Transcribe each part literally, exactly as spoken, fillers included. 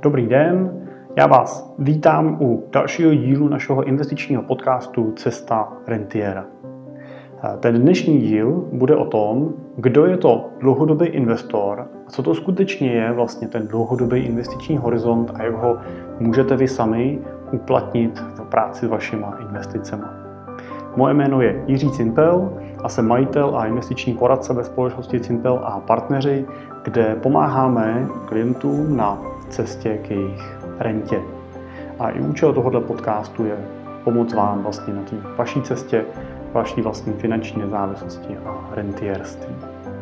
Dobrý den, já vás vítám u dalšího dílu našeho investičního podcastu Cesta rentiera. Ten dnešní díl bude o tom, kdo je to dlouhodobý investor a co to skutečně je vlastně ten dlouhodobý investiční horizont a jak ho můžete vy sami uplatnit v práci s vašima investicemi. Moje jméno je Jiří Cimpel a jsem majitel a investiční poradce ve společnosti Cimpel a partneři, kde pomáháme klientům na cestě k jejich rentě. A i účel tohoto podcastu je pomoct vám vlastně na té vaší cestě, vaší vlastní finanční nezávislosti a rentierství.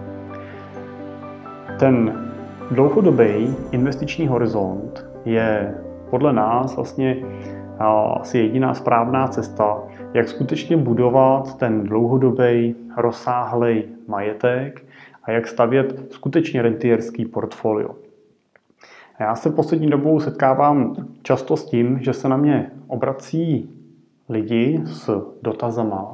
Ten dlouhodobý investiční horizont je podle nás vlastně asi jediná správná cesta, jak skutečně budovat ten dlouhodobý rozsáhlý majetek a jak stavět skutečně rentierský portfolio. Já se poslední dobou setkávám často s tím, že se na mě obrací lidi s dotazama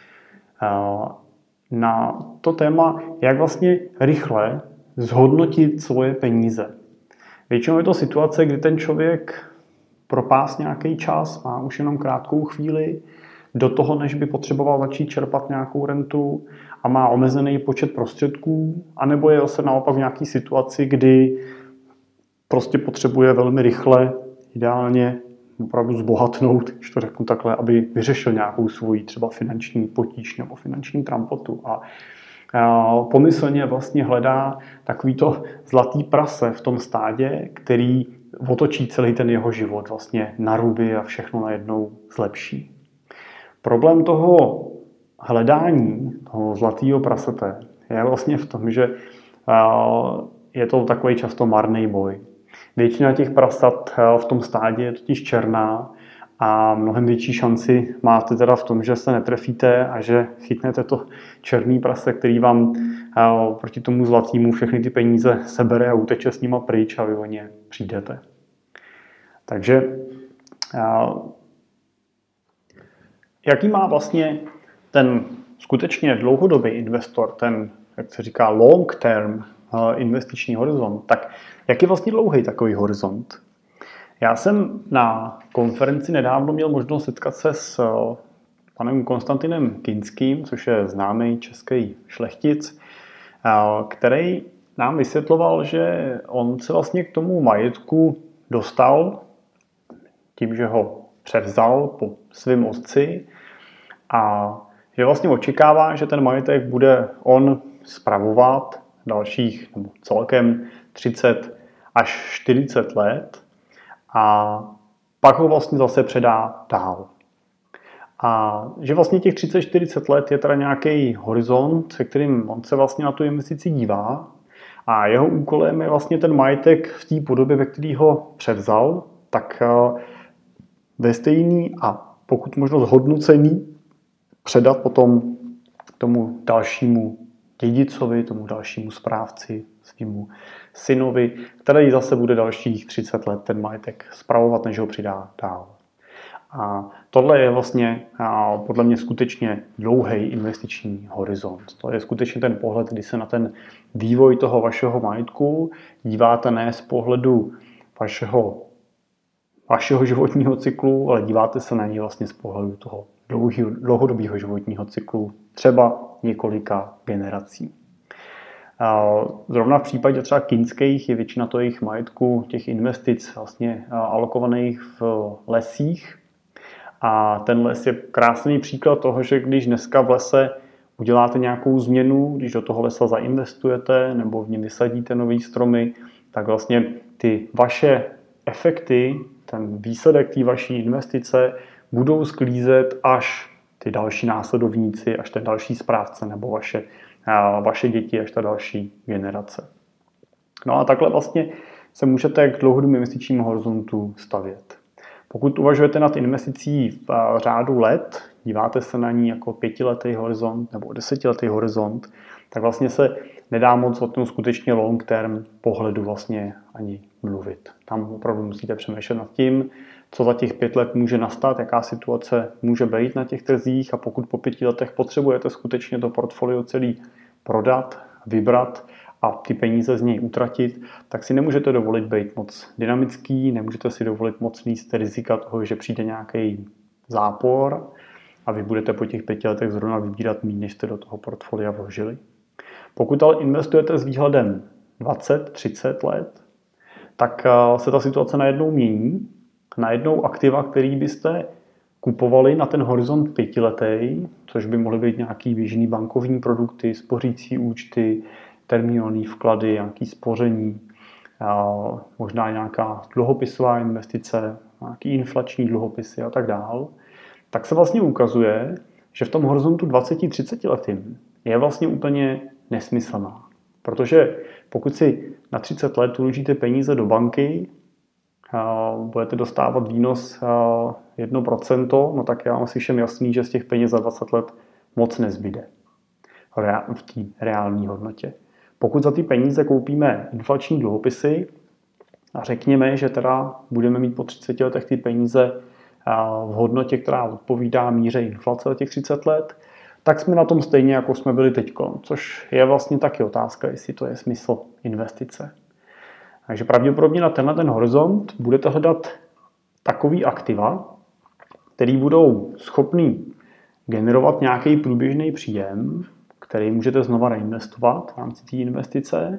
na to téma, jak vlastně rychle zhodnotit svoje peníze. Většinou je to situace, kdy ten člověk propás nějaký čas, má už jenom krátkou chvíli do toho, než by potřeboval začít čerpat nějakou rentu a má omezený počet prostředků, anebo je zase naopak v nějaké situaci, kdy prostě potřebuje velmi rychle, ideálně opravdu zbohatnout, když to řeknu takhle, aby vyřešil nějakou svoji třeba finanční potíž nebo finanční trampotu. A pomyslně vlastně hledá takovýto zlatý prase v tom stádě, který otočí celý ten jeho život vlastně na ruby a všechno najednou zlepší. Problém toho hledání, toho zlatého prasete, je vlastně v tom, že je to takový často marný boj. Většina těch prasat v tom stádě je totiž černá a mnohem větší šanci máte teda v tom, že se netrefíte a že chytnete to černý prase, který vám proti tomu zlatému všechny ty peníze sebere a uteče s nima pryč a vy o ně přijdete. Takže jaký má vlastně ten skutečně dlouhodobý investor, ten, jak se říká, long term investiční horizont, tak jak je vlastně dlouhý takový horizont? Já jsem na konferenci nedávno měl možnost setkat se s panem Konstantinem Kinským, což je známý český šlechtic, který nám vysvětloval, že on se vlastně k tomu majetku dostal tím, že ho převzal po svém otci a že vlastně očekává, že ten majetek bude on spravovat dalších nebo celkem třicet až čtyřicet let a pak ho vlastně zase předá dál. A že vlastně těch třicet čtyřicet let je teda nějaký horizont, se kterým on se vlastně na tu investici dívá a jeho úkolem je vlastně ten majetek v té podobě, ve který ho převzal, tak ve stejný a pokud možno zhodnocený předat potom tomu dalšímu dědicovi, tomu dalšímu správci, svýmu synovi, který zase bude dalších třicet let ten majetek spravovat, než ho přidá dál. A tohle je vlastně podle mě skutečně dlouhý investiční horizont. To je skutečně ten pohled, kdy se na ten vývoj toho vašeho majetku díváte ne z pohledu vašeho, vašeho životního cyklu, ale díváte se na něj vlastně z pohledu toho dlouhodobého životního cyklu, třeba několika generací. Zrovna v případě třeba kinských je většina toho jejich majetku, těch investic vlastně alokovaných v lesích. A ten les je krásný příklad toho, že když dneska v lese uděláte nějakou změnu, když do toho lesa zainvestujete nebo v něm vysadíte nový stromy, tak vlastně ty vaše efekty, ten výsledek té vaší investice budou sklízet až ty další následovníci, až ten další správce nebo vaše, vaše děti, až ta další generace. No a takhle vlastně se můžete k dlouhodobým investičnímu horizontu stavět. Pokud uvažujete nad investicí v řádu let, díváte se na ní jako pětiletý horizont nebo desetiletý horizont, tak vlastně se nedá moc o tom skutečně long term pohledu vlastně ani mluvit. Tam opravdu musíte přemýšlet nad tím, co za těch pět let může nastat, jaká situace může být na těch trzích a pokud po pěti letech potřebujete skutečně to portfolio celý prodat, vybrat a ty peníze z něj utratit, tak si nemůžete dovolit být moc dynamický, nemůžete si dovolit moc níst rizika toho, že přijde nějaký zápor a vy budete po těch pěti letech zrovna vybírat méně, než jste do toho portfolia vložili. Pokud ale investujete s výhledem dvacet třicet let, tak se ta situace najednou mění. Najednou aktiva, který byste kupovali na ten horizont pětiletý, což by mohly být nějaký běžný bankovní produkty, spořící účty, termínové vklady, nějaké spoření, možná nějaká dluhopisová investice, nějaký inflační dluhopisy a tak dál, tak se vlastně ukazuje, že v tom horizontu dvacet třicet letým je vlastně úplně nesmyslná. Protože pokud si na třicet let uložíte peníze do banky, budete dostávat výnos jedno procento, no tak já mám si všem jasný, že z těch peněz za dvacet let moc nezbyde v té reální hodnotě. Pokud za ty peníze koupíme inflační dluhopisy a řekněme, že teda budeme mít po třiceti letech ty peníze v hodnotě, která odpovídá míře inflace za těch třicet let, tak jsme na tom stejně, jako jsme byli teď, což je vlastně taky otázka, jestli to je smysl investice. Takže pravděpodobně na tenhle ten horizont budete hledat takový aktiva, který budou schopný generovat nějaký průběžný příjem, který můžete znova reinvestovat v rámci té investice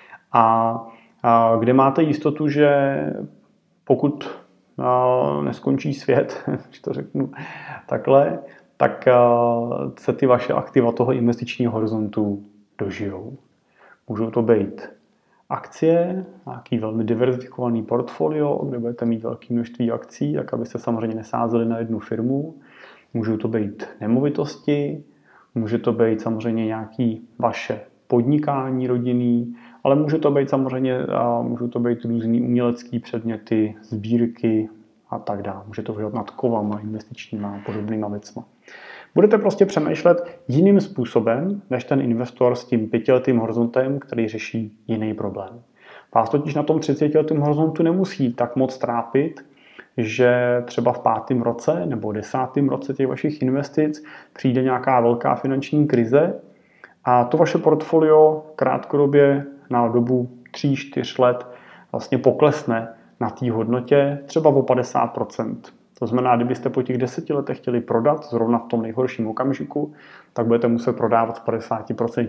a, a kde máte jistotu, že pokud a, neskončí svět, když to řeknu takhle, tak a, se ty vaše aktiva toho investičního horizontu dožijou. Můžou to být akcie, nějaký velmi diverzifikovaný portfolio, kde budete mít velké množství akcí, tak abyste samozřejmě nesázeli na jednu firmu. Můžou to být nemovitosti, může to být samozřejmě nějaký vaše podnikání rodinný, ale může to být samozřejmě, můžou to být různý umělecký předměty, sbírky a tak dále. Může to vyhodnout nad kovama, investičníma a podobnýma věcma. Budete prostě přemýšlet jiným způsobem, než ten investor s tím pětiletým horizontem, který řeší jiný problém. Vás totiž na tom třicetiletém horizontu nemusí tak moc trápit, že třeba v pátém roce nebo desátém roce těch vašich investic přijde nějaká velká finanční krize a to vaše portfolio krátkodobě na dobu tří čtyř let vlastně poklesne na té hodnotě třeba o padesát procent. To znamená, kdybyste po těch deseti letech chtěli prodat zrovna v tom nejhorším okamžiku, tak budete muset prodávat s padesát procent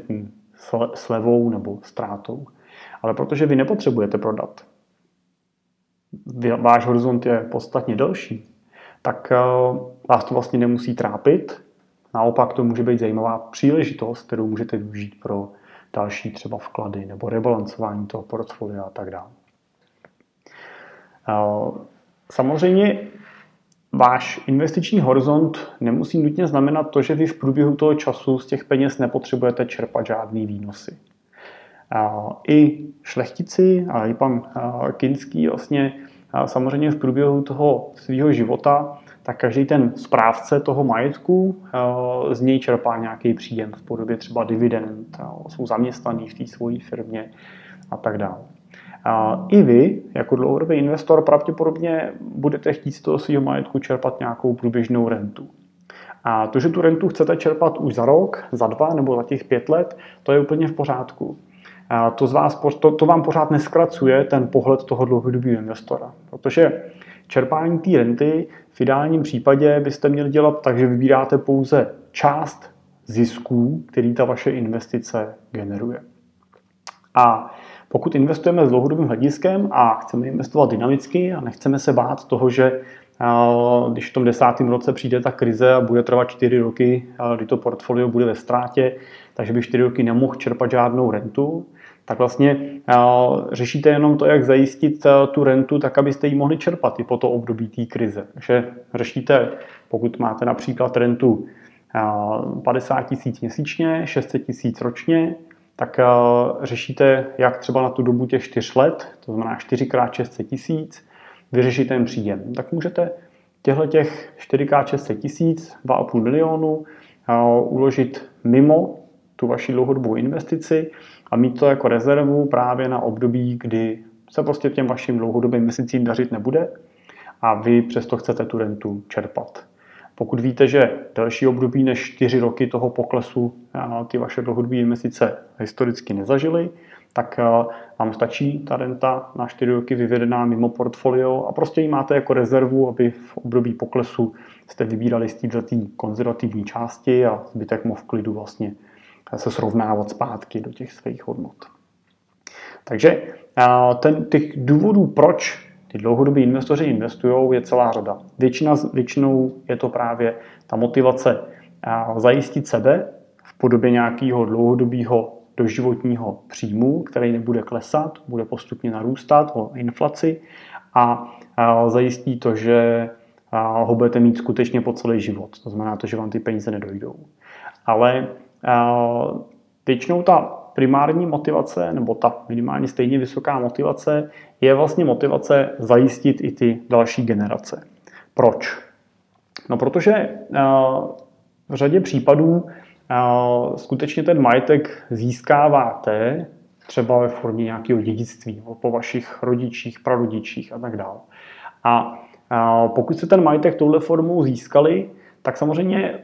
slevou nebo ztrátou. Ale protože vy nepotřebujete prodat, váš horizont je podstatně delší, tak vás to vlastně nemusí trápit. Naopak to může být zajímavá příležitost, kterou můžete využít pro další třeba vklady nebo rebalancování toho portfolia a tak dále. Samozřejmě váš investiční horizont nemusí nutně znamenat to, že vy v průběhu toho času z těch peněz nepotřebujete čerpat žádný výnosy. I šlechtici a i pan Kinský vlastně samozřejmě v průběhu toho svého života, tak každý ten správce toho majetku z něj čerpá nějaký příjem v podobě třeba dividend, jsou zaměstnaní v té své firmě a tak dále. I vy, jako dlouhodobý investor, pravděpodobně budete chtít z toho svého majetku čerpat nějakou průběžnou rentu. A to, že tu rentu chcete čerpat už za rok, za dva nebo za těch pět let, to je úplně v pořádku. A to, z vás, to, to vám pořád neskracuje ten pohled toho dlouhodobého investora. Protože čerpání té renty v ideálním případě byste měli dělat tak, že vybíráte pouze část zisků, který ta vaše investice generuje. A pokud investujeme s dlouhodobým hlediskem a chceme investovat dynamicky a nechceme se bát toho, že když v tom desátém roce přijde ta krize a bude trvat čtyři roky, kdy to portfolio bude ve ztrátě, takže by čtyři roky nemohl čerpat žádnou rentu, tak vlastně řešíte jenom to, jak zajistit tu rentu, tak abyste ji mohli čerpat i po to období té krize. Takže řešíte, pokud máte například rentu padesát tisíc měsíčně, šest set tisíc ročně, tak řešíte, jak třeba na tu dobu těch čtyř let, to znamená čtyři krát šest set tisíc, vyřešit ten příjem. Tak můžete těchto těch čtyři krát šest set tisíc, dva a půl milionu uložit mimo tu vaši dlouhodobou investici a mít to jako rezervu právě na období, kdy se prostě těm vašim dlouhodobým investicím dařit nebude a vy přesto chcete tu rentu čerpat. Pokud víte, že další období než čtyři roky toho poklesu ty vaše dlouhodobé investice historicky nezažily, tak vám stačí ta renta na čtyři roky vyvedená mimo portfolio a prostě ji máte jako rezervu, aby v období poklesu jste vybírali z této konzervativní části a zbytek mohl v klidu vlastně se srovnávat zpátky do těch svých hodnot. Takže ten, těch důvodů, proč ty dlouhodobí investoři investují, je celá řada. Většina, většinou je to právě ta motivace zajistit sebe v podobě nějakého dlouhodobého doživotního příjmu, který nebude klesat, bude postupně narůstat o inflaci a zajistí to, že ho budete mít skutečně po celý život. To znamená to, že vám ty peníze nedojdou. Ale většinou ta primární motivace, nebo ta minimálně stejně vysoká motivace, je vlastně motivace zajistit i ty další generace. Proč? No protože v řadě případů skutečně ten majetek získáváte třeba ve formě nějakého dědictví po vašich rodičích, prarodičích a tak dále. A pokud jste ten majetek touhle formou získali, tak samozřejmě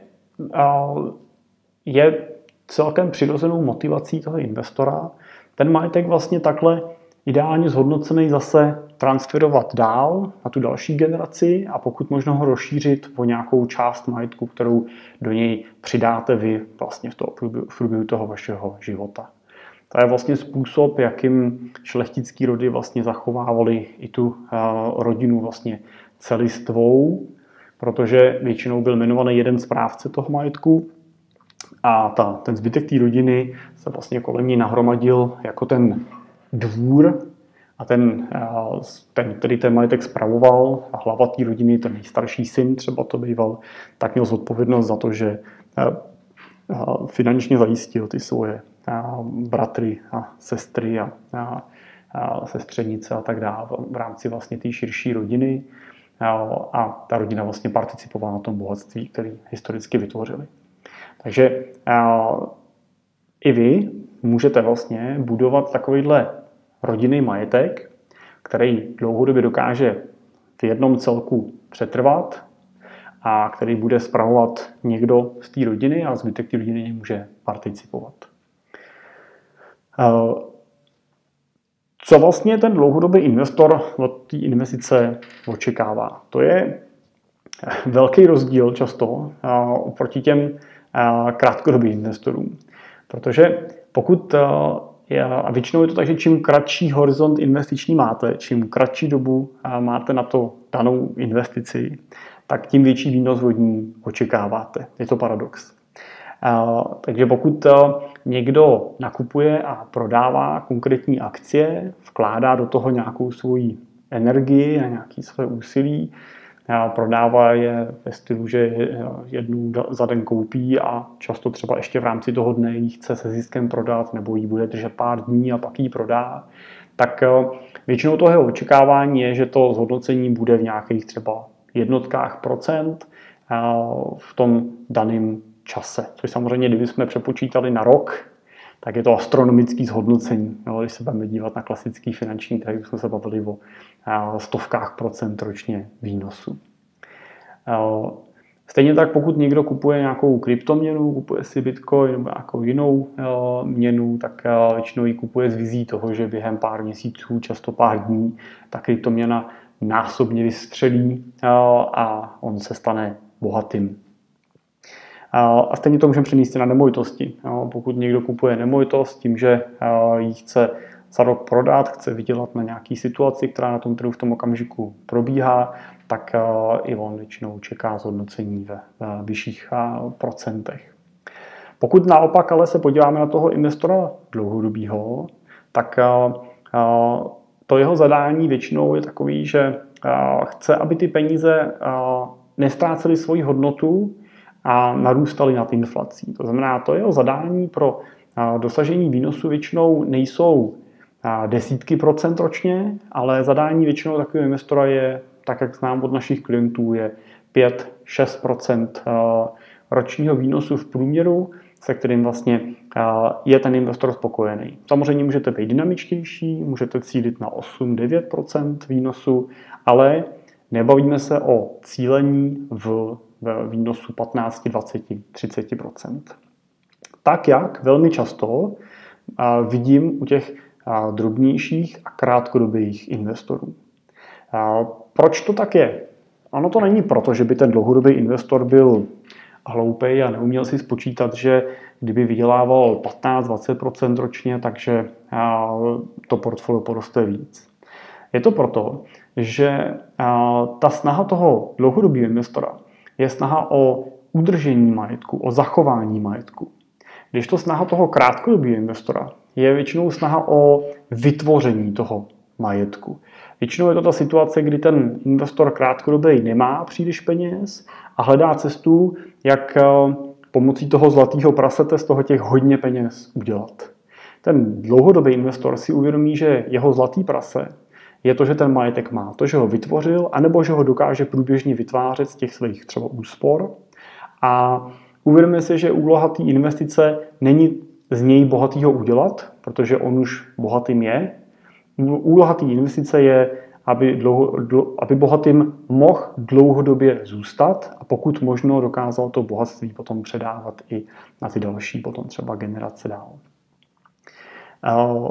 je celkem přirozenou motivací toho investora ten majetek vlastně takhle ideálně zhodnocený zase transferovat dál na tu další generaci a pokud možno ho rozšířit o nějakou část majetku, kterou do něj přidáte vy vlastně v, toho, v průběhu toho vašeho života. To je vlastně způsob, jakým šlechtický rody vlastně zachovávali i tu uh, rodinu vlastně celistvou, protože většinou byl jmenovaný jeden správce toho majetku a ta, ten zbytek té rodiny se vlastně kolem ní nahromadil jako ten dvůr a ten, ten, který ten majetek spravoval a hlava té rodiny, ten nejstarší syn třeba to býval, tak měl zodpovědnost za to, že finančně zajistil ty svoje bratry a sestry a, a, a sestřenice a tak dále v rámci vlastně té širší rodiny a ta rodina vlastně participovala na tom bohatství, který historicky vytvořili. Takže i vy můžete vlastně budovat takovýhle rodinný majetek, který dlouhodobě dokáže v jednom celku přetrvat a který bude spravovat někdo z té rodiny a zbytek té rodiny může participovat. Co vlastně ten dlouhodobý investor od té investice očekává? To je velký rozdíl často oproti těm krátkodobým investorům. Protože pokud, a většinou je to tak, že čím kratší horizont investiční máte, čím kratší dobu máte na to danou investici, tak tím větší výnos od ní očekáváte. Je to paradox. Takže pokud někdo nakupuje a prodává konkrétní akcie, vkládá do toho nějakou svoji energii a nějaké své úsilí, prodává je ve stylu, že jednu za den koupí a často třeba ještě v rámci toho dne ji chce se ziskem prodat nebo ji bude držet pár dní a pak ji prodá, tak většinou toho jeho očekávání je, že to zhodnocení bude v nějakých třeba jednotkách procent v tom daném čase. Což samozřejmě, kdyby jsme přepočítali na rok, tak je to astronomické zhodnocení. No, když se budeme dívat na klasický finanční trh, jsme se bavili o stovkách procent ročně výnosu. Stejně tak, pokud někdo kupuje nějakou kryptoměnu, kupuje si Bitcoin nebo nějakou jinou měnu, tak většinou ji kupuje s vizí toho, že během pár měsíců, často pár dní, ta kryptoměna násobně vystřelí a on se stane bohatým. A stejně to můžeme přenést na nemovitosti. Pokud někdo kupuje nemovitost tím, že ji chce za rok prodat, chce vydělat na nějaký situaci, která na tom trhu v tom okamžiku probíhá, tak i on většinou čeká zhodnocení ve vyšších procentech. Pokud naopak ale se podíváme na toho investora dlouhodobého, tak to jeho zadání většinou je takový, že chce, aby ty peníze neztrácely svoji hodnotu a narůstaly nad inflací. To znamená, to jeho zadání pro dosažení výnosu většinou nejsou desítky procent ročně, ale zadání většinou takového investora je, tak jak znám od našich klientů, je pět až šest procent ročního výnosu v průměru, se kterým vlastně je ten investor spokojený. Samozřejmě můžete být dynamičtější, můžete cílit na osm až devět procent výnosu, ale nebavíme se o cílení v výnosu patnáct, dvacet, třicet procent. Tak jak velmi často vidím u těch drobnějších a krátkodobých investorů. Proč to tak je? Ono to není proto, že by ten dlouhodobý investor byl hloupej a neuměl si spočítat, že kdyby vydělával patnáct až dvacet procent ročně, takže to portfolio poroste víc. Je to proto, že ta snaha toho dlouhodobého investora je snaha o udržení majetku, o zachování majetku. Když to snaha toho krátkodobého investora je většinou snaha o vytvoření toho majetku. Většinou je to ta situace, kdy ten investor krátkodobý nemá příliš peněz a hledá cestu, jak pomocí toho zlatého prasete z toho těch hodně peněz udělat. Ten dlouhodobý investor si uvědomí, že jeho zlatý prase je to, že ten majetek má, to, že ho vytvořil, anebo že ho dokáže průběžně vytvářet z těch svých třeba úspor. A uvědomí si, že úloha té investice není z něj bohatýho udělat, protože on už bohatým je. Úloha té investice je, aby, dlouho, aby bohatým mohl dlouhodobě zůstat a pokud možno dokázal to bohatství potom předávat i na ty další potom třeba generace dál. Uh,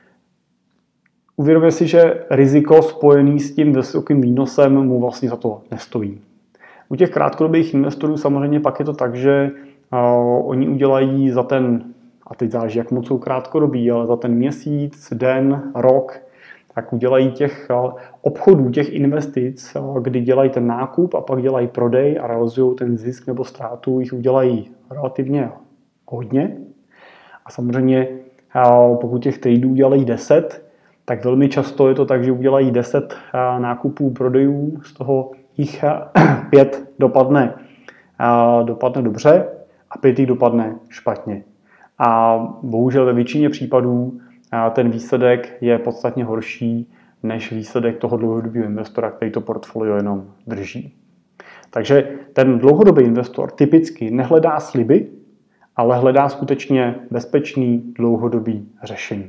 Uvědomuje si, že riziko spojené s tím vysokým výnosem mu vlastně za to nestojí. U těch krátkodobých investorů samozřejmě pak je to tak, že uh, oni udělají za ten, a teď záleží, jak moc jsou krátkodobí, ale za ten měsíc, den, rok, tak udělají těch uh, obchodů, těch investic, uh, kdy dělají ten nákup a pak dělají prodej a realizují ten zisk nebo ztrátu, jich udělají relativně hodně. A samozřejmě, uh, pokud těch tradeů udělají deset, tak velmi často je to tak, že udělají deset nákupů, prodejů, z toho jich pět dopadne, dopadne dobře a pět jich dopadne špatně. A bohužel ve většině případů ten výsledek je podstatně horší než výsledek toho dlouhodobého investora, který to portfolio jenom drží. Takže ten dlouhodobý investor typicky nehledá sliby, ale hledá skutečně bezpečný dlouhodobý řešení.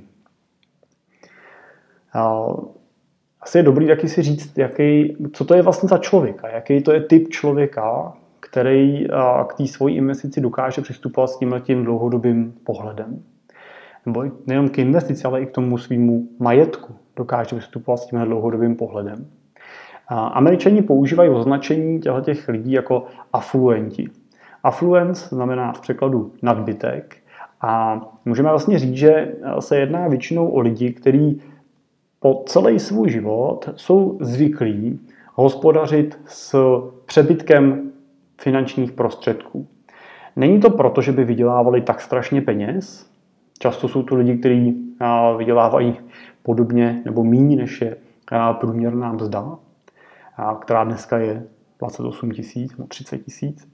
Asi je dobrý taky si říct, jaký, co to je vlastně za člověka, jaký to je typ člověka, který k té svojí investici dokáže přistupovat s tímhletím dlouhodobým pohledem. Nebo nejen k investici, ale i k tomu svýmu majetku dokáže přistupovat s tímhle dlouhodobým pohledem. Američani používají označení těchto lidí jako afluenti. Affluence znamená v překladu nadbytek a můžeme vlastně říct, že se jedná většinou o lidi, kteří po celý svůj život jsou zvyklí hospodařit s přebytkem finančních prostředků. Není to proto, že by vydělávali tak strašně peněz. Často jsou to lidi, kteří vydělávají podobně nebo méně než je průměrná mzda, která dneska je dvacet osm tisíc nebo třicet tisíc.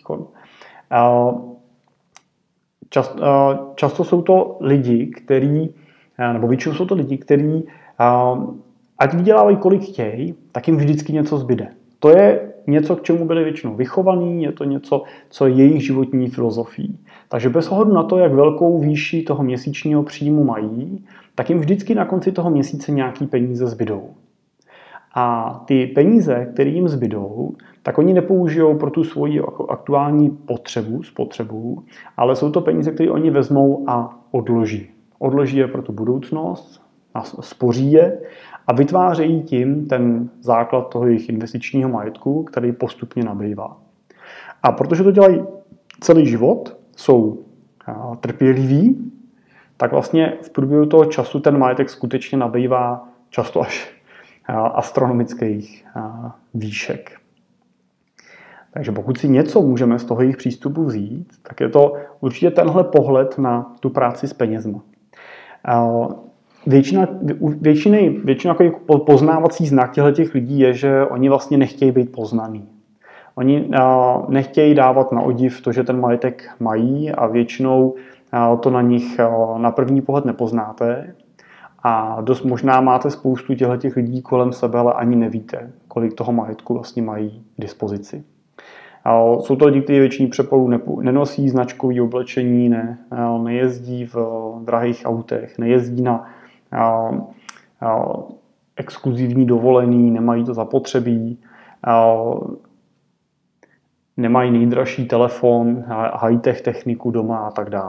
Často jsou to lidi, kteří, nebo většinou jsou to lidi, kteří ať vydělávají kolik chtějí, tak jim vždycky něco zbyde. To je něco, k čemu byli většinou vychovaní, je to něco, co je jejich životní filozofií. Takže bez ohledu na to, jak velkou výši toho měsíčního příjmu mají, tak jim vždycky na konci toho měsíce nějaký peníze zbydou. A ty peníze, které jim zbydou, tak oni nepoužijou pro tu svoji aktuální potřebu, spotřebu, ale jsou to peníze, které oni vezmou a odloží. Odloží je pro tu budoucnost, spoří je a vytvářejí tím ten základ toho jejich investičního majetku, který postupně nabývá. A protože to dělají celý život, jsou trpěliví, tak vlastně v průběhu toho času ten majetek skutečně nabývá často až astronomických výšek. Takže pokud si něco můžeme z toho jejich přístupu vzít, tak je to určitě tenhle pohled na tu práci s penězma. Většina, většiny, většina poznávací znak těch lidí je, že oni vlastně nechtějí být poznaný. Oni nechtějí dávat na odiv to, že ten majetek mají a většinou to na nich na první pohled nepoznáte. A dost možná máte spoustu těch lidí kolem sebe, ale ani nevíte, kolik toho majetku vlastně mají k dispozici. Jsou to lidi, kteří většině přepolu nenosí značkové oblečení, ne, nejezdí v drahých autech, nejezdí na a, a, exkluzivní dovolený, nemají to zapotřebí, a, nemají nejdražší telefon, high-tech techniku doma a tak dále.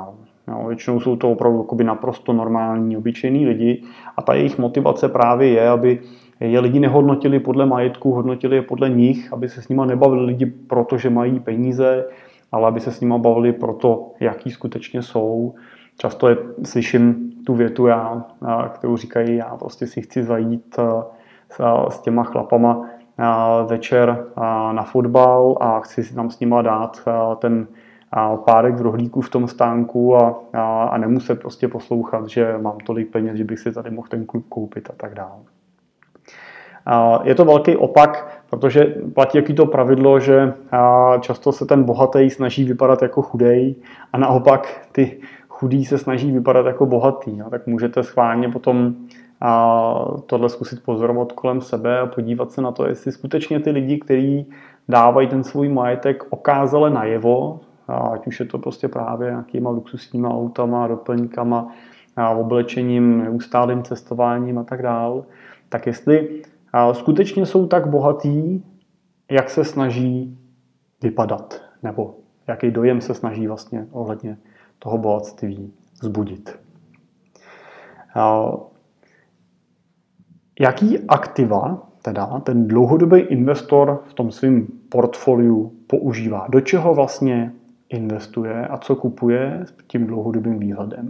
Jo, většinou jsou to opravdu naprosto normální, obyčejní lidi a ta jejich motivace právě je, aby je lidi nehodnotili podle majetku, hodnotili je podle nich, aby se s nima nebavili lidi proto, že mají peníze, ale aby se s nima bavili proto, jaký skutečně jsou. Často je, slyším tu větu, já, kterou říkají, já prostě si chci zajít s těma chlapama večer na fotbal a chci si tam s nima dát ten párek v rohlíku v tom stánku a, a, a nemuset prostě poslouchat, že mám tolik peněz, že bych si tady mohl ten klub koupit a tak dále. Je to velký opak, protože platí jaký to pravidlo, že často se ten bohatý snaží vypadat jako chudej a naopak ty chudí se snaží vypadat jako bohatý. No, tak můžete schválně potom tohle zkusit pozorovat kolem sebe a podívat se na to, jestli skutečně ty lidi, kteří dávají ten svůj majetek okázale najevo, ať už je to prostě právě nějakýma luxusníma autama, doplňkama, oblečením, neustálým cestováním a tak dále, tak jestli skutečně jsou tak bohatý, jak se snaží vypadat, nebo jaký dojem se snaží vlastně ohledně toho bohatství vzbudit. Jaký aktiva teda ten dlouhodobý investor v tom svém portfoliu používá? Do čeho vlastně investuje a co kupuje s tím dlouhodobým výhledem?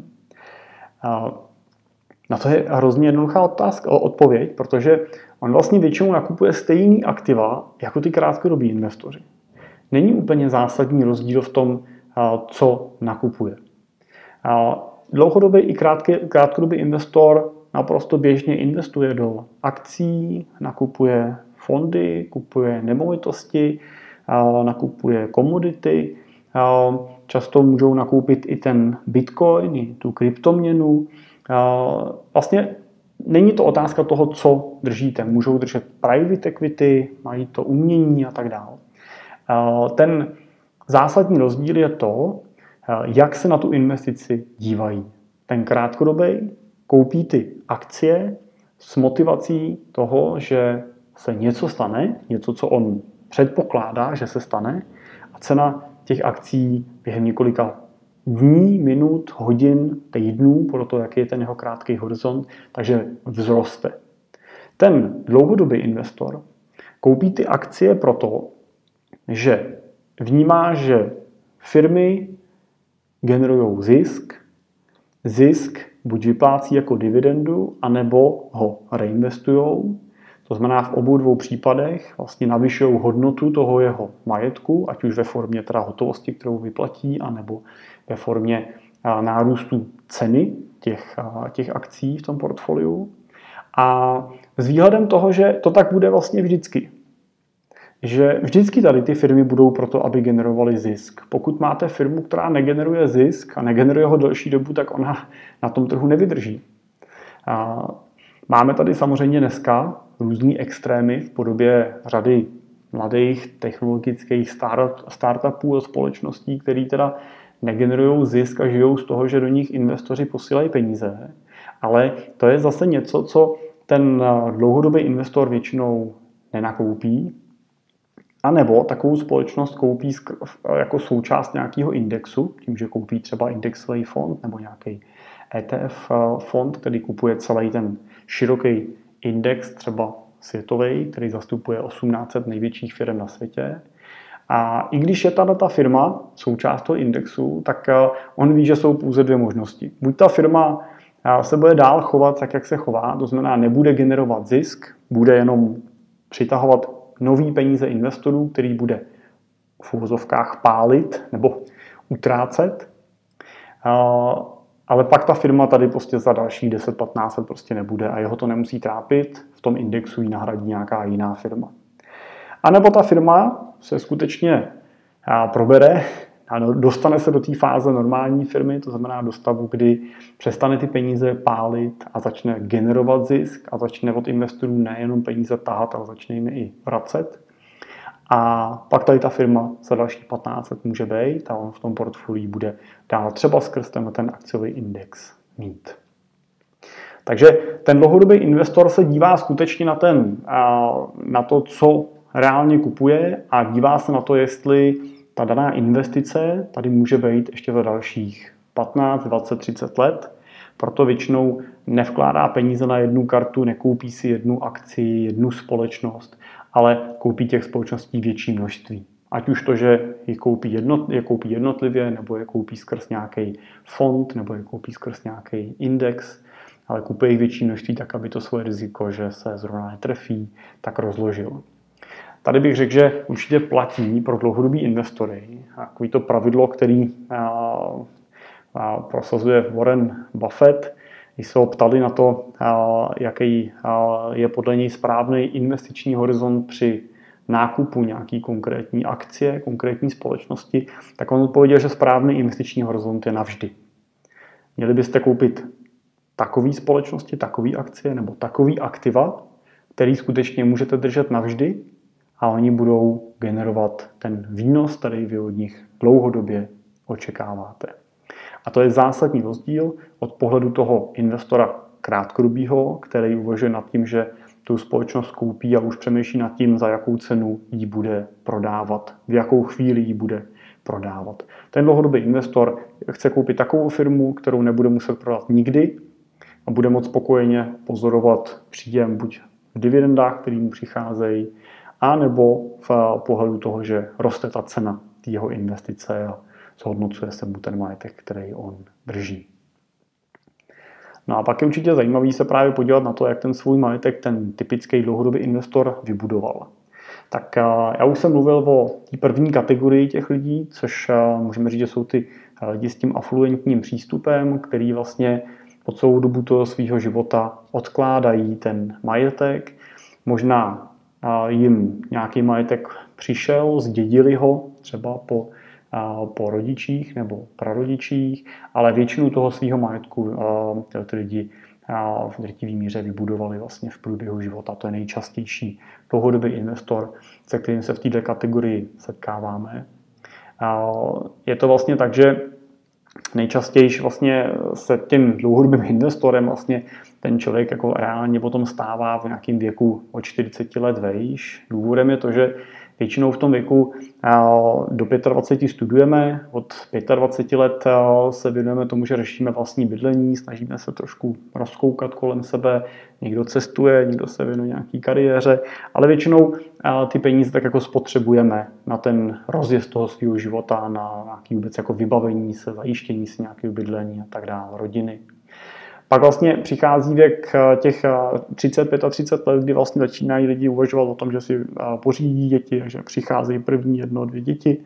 Na to je hrozně jednoduchá otázka, odpověď, protože on vlastně většinou nakupuje stejný aktiva jako ty krátkodobí investoři. Není úplně zásadní rozdíl v tom, co nakupuje. Dlouhodobý i krátkodobý investor naprosto běžně investuje do akcí, nakupuje fondy, kupuje nemovitosti, nakupuje komodity, často můžou nakoupit i ten bitcoin, i tu kryptoměnu. Vlastně není to otázka toho, co držíte. Můžou držet private equity, mají to umění a tak dále. Ten zásadní rozdíl je to, jak se na tu investici dívají. Ten krátkodobý koupí ty akcie s motivací toho, že se něco stane, něco, co on předpokládá, že se stane, a cena těch akcí během několika dní, minut, hodin, týdnů, podle toho, jaký je ten jeho krátký horizont, takže vzroste. Ten dlouhodobý investor koupí ty akcie proto, že vnímá, že firmy generují zisk, zisk buď vyplácí jako dividendu, anebo ho reinvestujou. To znamená, v obou dvou případech vlastně navyšují hodnotu toho jeho majetku, ať už ve formě teda hotovosti, kterou vyplatí, anebo ve formě nárůstu ceny těch, těch akcí v tom portfoliu. A s výhledem toho, že to tak bude vlastně vždycky. Že vždycky tady ty firmy budou proto, aby generovaly zisk. Pokud máte firmu, která negeneruje zisk a negeneruje ho delší dobu, tak ona na tom trhu nevydrží. A máme tady samozřejmě dneska různý extrémy v podobě řady mladých technologických startupů a společností, které teda negenerují zisk a žijou z toho, že do nich investoři posílají peníze. Ale to je zase něco, co ten dlouhodobý investor většinou nenakoupí, a nebo takovou společnost koupí jako součást nějakého indexu, tím, že koupí třeba indexový fond nebo nějaký E T F fond, který kupuje celý ten široký index, třeba světový, který zastupuje osmnáct set největších firm na světě. A i když je ta firma součást toho indexu, tak on ví, že jsou pouze dvě možnosti. Buď ta firma se bude dál chovat tak, jak se chová, to znamená, nebude generovat zisk, bude jenom přitahovat nový peníze investorů, který bude v uvozovkách pálit nebo utrácet. Ale pak ta firma tady prostě za další deset patnáct let prostě nebude a jeho to nemusí trápit, v tom indexu ji nahradí nějaká jiná firma. A nebo ta firma se skutečně probere a dostane se do té fáze normální firmy, to znamená do stavu, kdy přestane ty peníze pálit a začne generovat zisk a začne od investorů nejenom peníze tahat, ale začne jim i vracet. A pak tady ta firma za další patnáct let může být a on v tom portfoliu bude dál třeba skrz ten, ten akciový index mít. Takže ten dlouhodobý investor se dívá skutečně na, ten, na to, co reálně kupuje a dívá se na to, jestli ta daná investice tady může být ještě za dalších patnáct, dvacet, třicet let. Proto většinou nevkládá peníze na jednu kartu, nekoupí si jednu akci, jednu společnost, ale koupí těch společností větší množství. Ať už to, že je koupí, jednot, je koupí jednotlivě, nebo je koupí skrz nějaký fond, nebo je koupí skrz nějaký index, ale kupuje jich větší množství tak, aby to svoje riziko, že se zrovna netrefí, tak rozložil. Tady bych řekl, že určitě platí pro dlouhodobý investory takový to pravidlo, který a, a prosazuje Warren Buffett, když se ho ptali na to, a, jaký a, je podle něj správný investiční horizont při nákupu nějaký konkrétní akcie, konkrétní společnosti, tak on odpověděl, že správný investiční horizont je navždy. Měli byste koupit takové společnosti, takové akcie nebo takový aktiva, který skutečně můžete držet navždy a oni budou generovat ten výnos, který vy od nich dlouhodobě očekáváte. A to je zásadní rozdíl od pohledu toho investora krátkodobého, který uvažuje nad tím, že tu společnost koupí a už přemýšlí nad tím, za jakou cenu ji bude prodávat, v jakou chvíli ji bude prodávat. Ten dlouhodobý investor chce koupit takovou firmu, kterou nebude muset prodat nikdy a bude moct spokojeně pozorovat příjem buď v dividendách, které mu přicházejí, a nebo v pohledu toho, že roste ta cena jeho investice a zhodnocuje se mu ten majetek, který on drží. No a pak je určitě zajímavý se právě podívat na to, jak ten svůj majetek ten typický dlouhodobý investor vybudoval. Tak já už jsem mluvil o té první kategorii těch lidí, což můžeme říct, že jsou ty lidi s tím afluentním přístupem, který vlastně po celou dobu toho svého života odkládají ten majetek. Možná jim nějaký majetek přišel, zdědili ho třeba po, po rodičích nebo prarodičích, ale většinu toho svého majetku ty lidi v drtivé míře vybudovali vlastně v průběhu života. To je nejčastější dlouhodobý investor, se kterým se v této kategorii setkáváme. Je to vlastně tak, že nejčastěji vlastně se tím dlouhodobým investorem vlastně ten člověk jako reálně potom stává v nějakém věku od čtyřicet let vejš. Důvodem je to, že většinou v tom věku do dvacet pět studujeme, od dvacet pět let se věnujeme tomu, že řešíme vlastní bydlení, snažíme se trošku rozkoukat kolem sebe, někdo cestuje, někdo se věnuje nějaký kariéře, ale většinou ty peníze tak jako spotřebujeme na ten rozjezd toho svého života, na nějaký vůbec jako vybavení se, zajištění si nějakého bydlení a tak dále, rodiny. Pak vlastně přichází věk těch třicet pět a třicet let, kdy vlastně začínají lidi uvažovat o tom, že si pořídí děti, že přicházejí první jedno, dvě děti.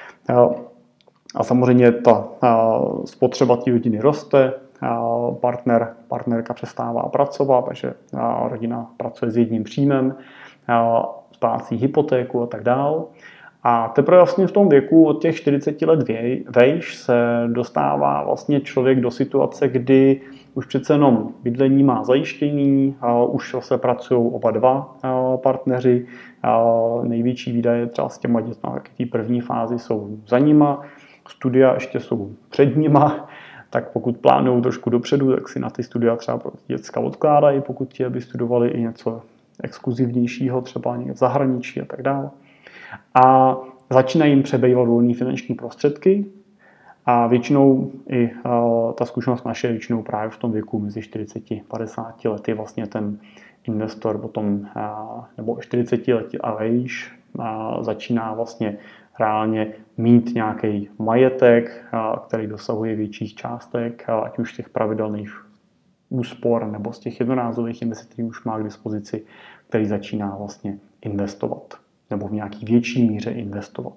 A samozřejmě ta spotřeba té rodiny roste, partner, partnerka přestává pracovat, takže rodina pracuje s jedním příjmem, splácí hypotéku a tak dále. A teprve vlastně v tom věku od těch čtyřicet let vejš se dostává vlastně člověk do situace, kdy už přece jenom bydlení má zajištění, už se pracují oba dva partneři, největší výdaje třeba s těma dětmi v té první fázi jsou za nima, studia ještě jsou před nima, tak pokud plánují trošku dopředu, tak si na ty studia třeba pro děcka odkládají, pokud ti, aby studovali i něco exkluzivnějšího, třeba někde v zahraničí a tak dále. A začínají jim přebývat volné finanční prostředky a většinou i uh, ta zkušenost naše je většinou právě v tom věku mezi čtyřicet a padesát lety vlastně ten investor potom, uh, nebo čtyřicet lety a vejš uh, začíná vlastně reálně mít nějaký majetek, uh, který dosahuje větších částek, uh, ať už z těch pravidelných úspor nebo z těch jednorázových investic, který už má k dispozici, který začíná vlastně investovat nebo v nějaký větší míře investovat.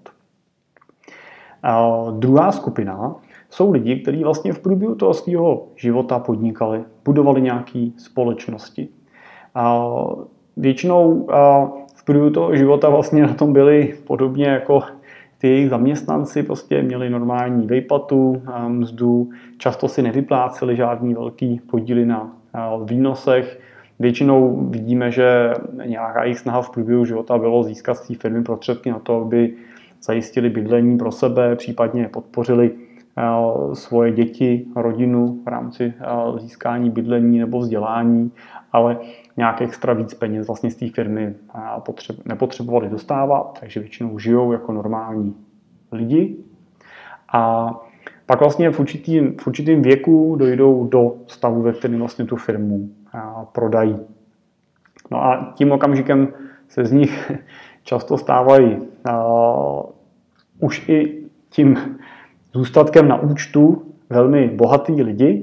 A druhá skupina jsou lidi, kteří vlastně v průběhu toho svého života podnikali, budovali nějaké společnosti. A většinou a v průběhu toho života vlastně na tom byli podobně jako ty jejich zaměstnanci, prostě měli normální výplatu, mzdu, často si nevypláceli žádný velký podíly na výnosech. Většinou vidíme, že nějaká jejich snaha v průběhu života bylo získat z té firmy prostředky na to, aby zajistili bydlení pro sebe, případně podpořili svoje děti, rodinu v rámci získání bydlení nebo vzdělání, ale nějak extra víc peněz vlastně z té firmy nepotřebovali dostávat, takže většinou žijou jako normální lidi. A pak vlastně v určitým, v určitým věku dojdou do stavu, ve kterém vlastně tu firmu prodají. No a tím okamžikem se z nich často stávají uh, už i tím zůstatkem na účtu velmi bohatý lidi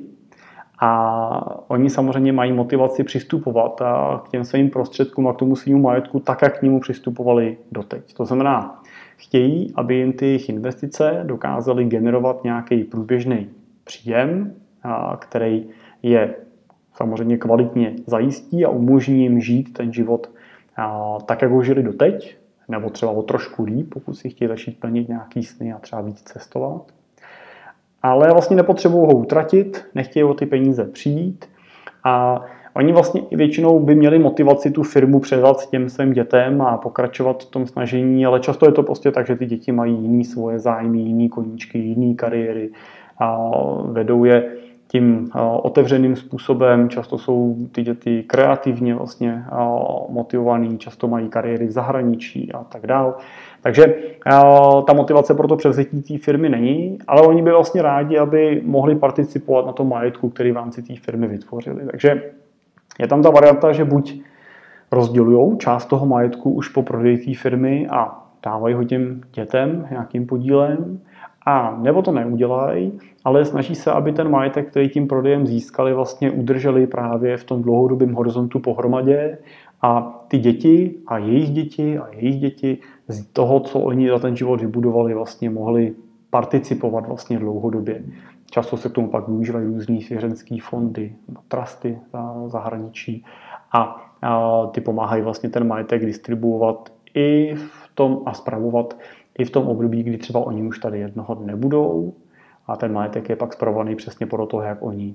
a oni samozřejmě mají motivaci přistupovat k těm svým prostředkům a k tomu svým majetku tak, jak k němu přistupovali doteď. To znamená, chtějí, aby jim ty jejich investice dokázaly generovat nějaký průběžný příjem, který je samozřejmě kvalitně zajistí a umožní jim žít ten život tak, jak ho žili doteď, nebo třeba o trošku líp, pokud si chtějí začít plnit nějaký sny a třeba víc cestovat. Ale vlastně nepotřebují ho utratit, nechtějí o ty peníze přijít a oni vlastně většinou by měli motivaci tu firmu předat těm svým dětem a pokračovat v tom snažení, ale často je to prostě tak, že ty děti mají jiný svoje zájmy, jiný koníčky, jiný kariéry a vedou je tím otevřeným způsobem. Často jsou ty děti kreativně vlastně motivovaný, často mají kariéry v zahraničí a tak dále. Takže ta motivace pro to převzetí té firmy není, ale oni by vlastně rádi, aby mohli participovat na tom majetku, který v rámci té firmy vytvořili. Takže je tam ta varianta, že buď rozdělují část toho majetku už po prodeji té firmy a dávají ho těm dětem nějakým podílem, a nebo to neudělají, ale snaží se, aby ten majetek, který tím prodejem získali, vlastně udrželi právě v tom dlouhodobém horizontu pohromadě a ty děti a jejich děti a jejich děti z toho, co oni za ten život vybudovali, vlastně mohli participovat vlastně dlouhodobě. Často se k tomu pak využívají různý svěřenský fondy, trusty zahraničí a, a ty pomáhají vlastně ten majetek distribuovat i v tom a spravovat i v tom období, kdy třeba oni už tady jednoho dne nebudou a ten majetek je pak spravovaný přesně podle toho, jak oni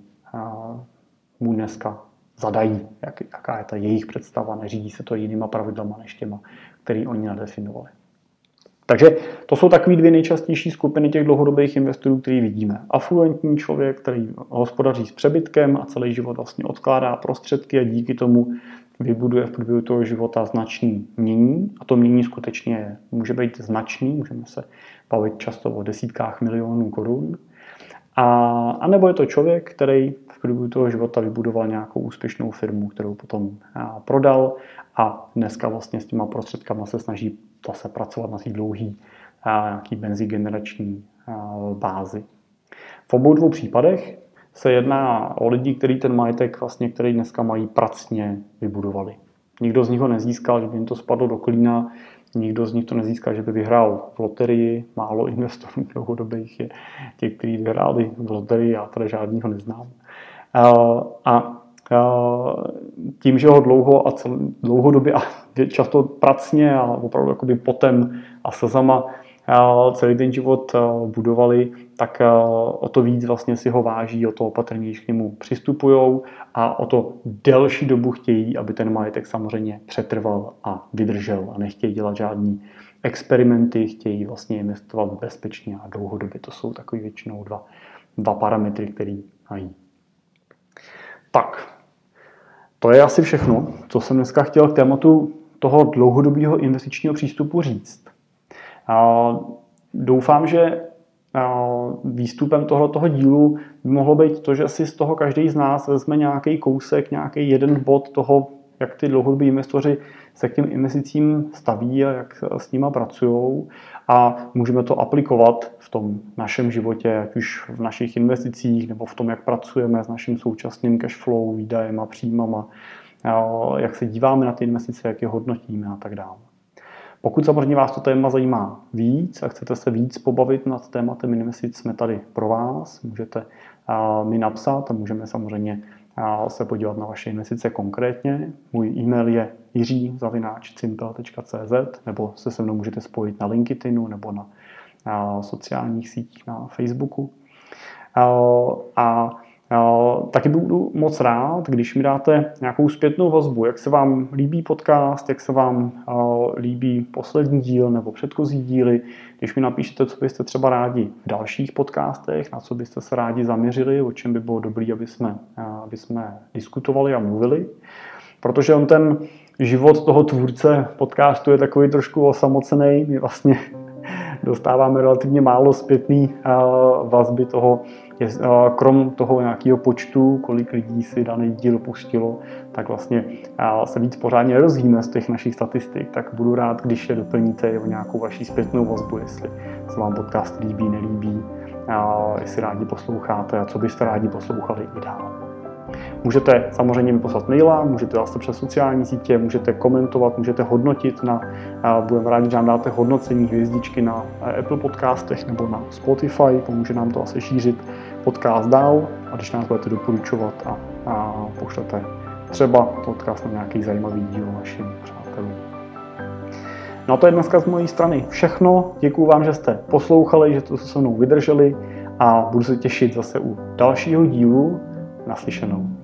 mu dneska zadají, jak, jaká je ta jejich představa, neřídí se to jinýma pravidlama než těma, který oni nadefinovali. Takže to jsou takové dvě nejčastější skupiny těch dlouhodobých investorů, který vidíme. Afluentní člověk, který hospodaří s přebytkem a celý život vlastně odkládá prostředky a díky tomu vybuduje v průběhu toho života značný mění. A to mění skutečně je, může být značný, můžeme se bavit často o desítkách milionů korun. A, a nebo je to člověk, který v průběhu toho života vybudoval nějakou úspěšnou firmu, kterou potom a, prodal a dneska vlastně s těma prostředkama se snaží zase pracovat na té dlouhý a, nějaký benzigenerační a, bázi. V obou dvou případech se jedná o lidi, kteří ten majetek, vlastně, který dneska mají, pracně vybudovali. Nikdo z nich ho nezískal, že by jim to spadlo do klína, nikdo z nich to nezískal, že by vyhrál v loterii, málo investorů dlouhodobých je těch, kteří vyhráli v loterii, já tady žádnýho neznám. A tím, že ho dlouho a cel, dlouhodobě a často pracně a opravdu jakoby potem a slzama celý ten život budovali, tak o to víc vlastně si ho váží, o to opatrněji k němu přistupujou a o to delší dobu chtějí, aby ten majetek samozřejmě přetrval a vydržel a nechtějí dělat žádný experimenty, chtějí vlastně investovat bezpečně a dlouhodobě. To jsou takový většinou dva, dva parametry, které mají. Tak, to je asi všechno, co jsem dneska chtěl k tématu toho dlouhodobého investičního přístupu říct. Doufám, že výstupem tohoto dílu by mohlo být to, že si z toho každý z nás vezme nějaký kousek, nějaký jeden bod toho, jak ty dlouhodobí investoři se k těm investicím staví a jak s nima pracují a můžeme to aplikovat v tom našem životě, ať už v našich investicích nebo v tom, jak pracujeme s naším současným cash flow, výdajem a příjmama, jak se díváme na ty investice, jak je hodnotíme a tak dále. Pokud samozřejmě vás to téma zajímá víc a chcete se víc pobavit nad tématem investic, jsme tady pro vás. Můžete mi napsat a můžeme samozřejmě se podívat na vaše investice konkrétně. Můj e-mail je jiří zavináč cimpel tečka cé zet nebo se se mnou můžete spojit na LinkedInu nebo na, na sociálních sítích na Facebooku. A taky budu moc rád, když mi dáte nějakou zpětnou vazbu, jak se vám líbí podcast, jak se vám líbí poslední díl nebo předchozí díly, když mi napíšete, co byste třeba rádi v dalších podcastech, na co byste se rádi zaměřili, o čem by bylo dobré, aby jsme, aby jsme diskutovali a mluvili. Protože on ten život toho tvůrce podcastu je takový trošku osamocený. My vlastně dostáváme relativně málo zpětný vazby toho, krom toho nějakého počtu, kolik lidí si daný díl pustilo, tak vlastně se víc pořádně nerozvíme z těch našich statistik, tak budu rád, když je doplníte o nějakou vaši zpětnou vazbu, jestli se vám podcast líbí, nelíbí, jestli rádi posloucháte a co byste rádi poslouchali i dál. Můžete samozřejmě mi poslat maila, můžete zase přes sociální sítě, můžete komentovat, můžete hodnotit, na, budeme rádi, že nám dáte hodnocení hvězdičky na Apple podcastech nebo na Spotify, pomůže nám to asi šířit podcast dál a když nás budete doporučovat a, a pošlete třeba podcast na nějaký zajímavý díl vašim přátelům. No a to je dneska z mojí strany všechno. Děkuju vám, že jste poslouchali, že to se mnou vydrželi a budu se těšit zase u dalšího dílu. Naslyšenou.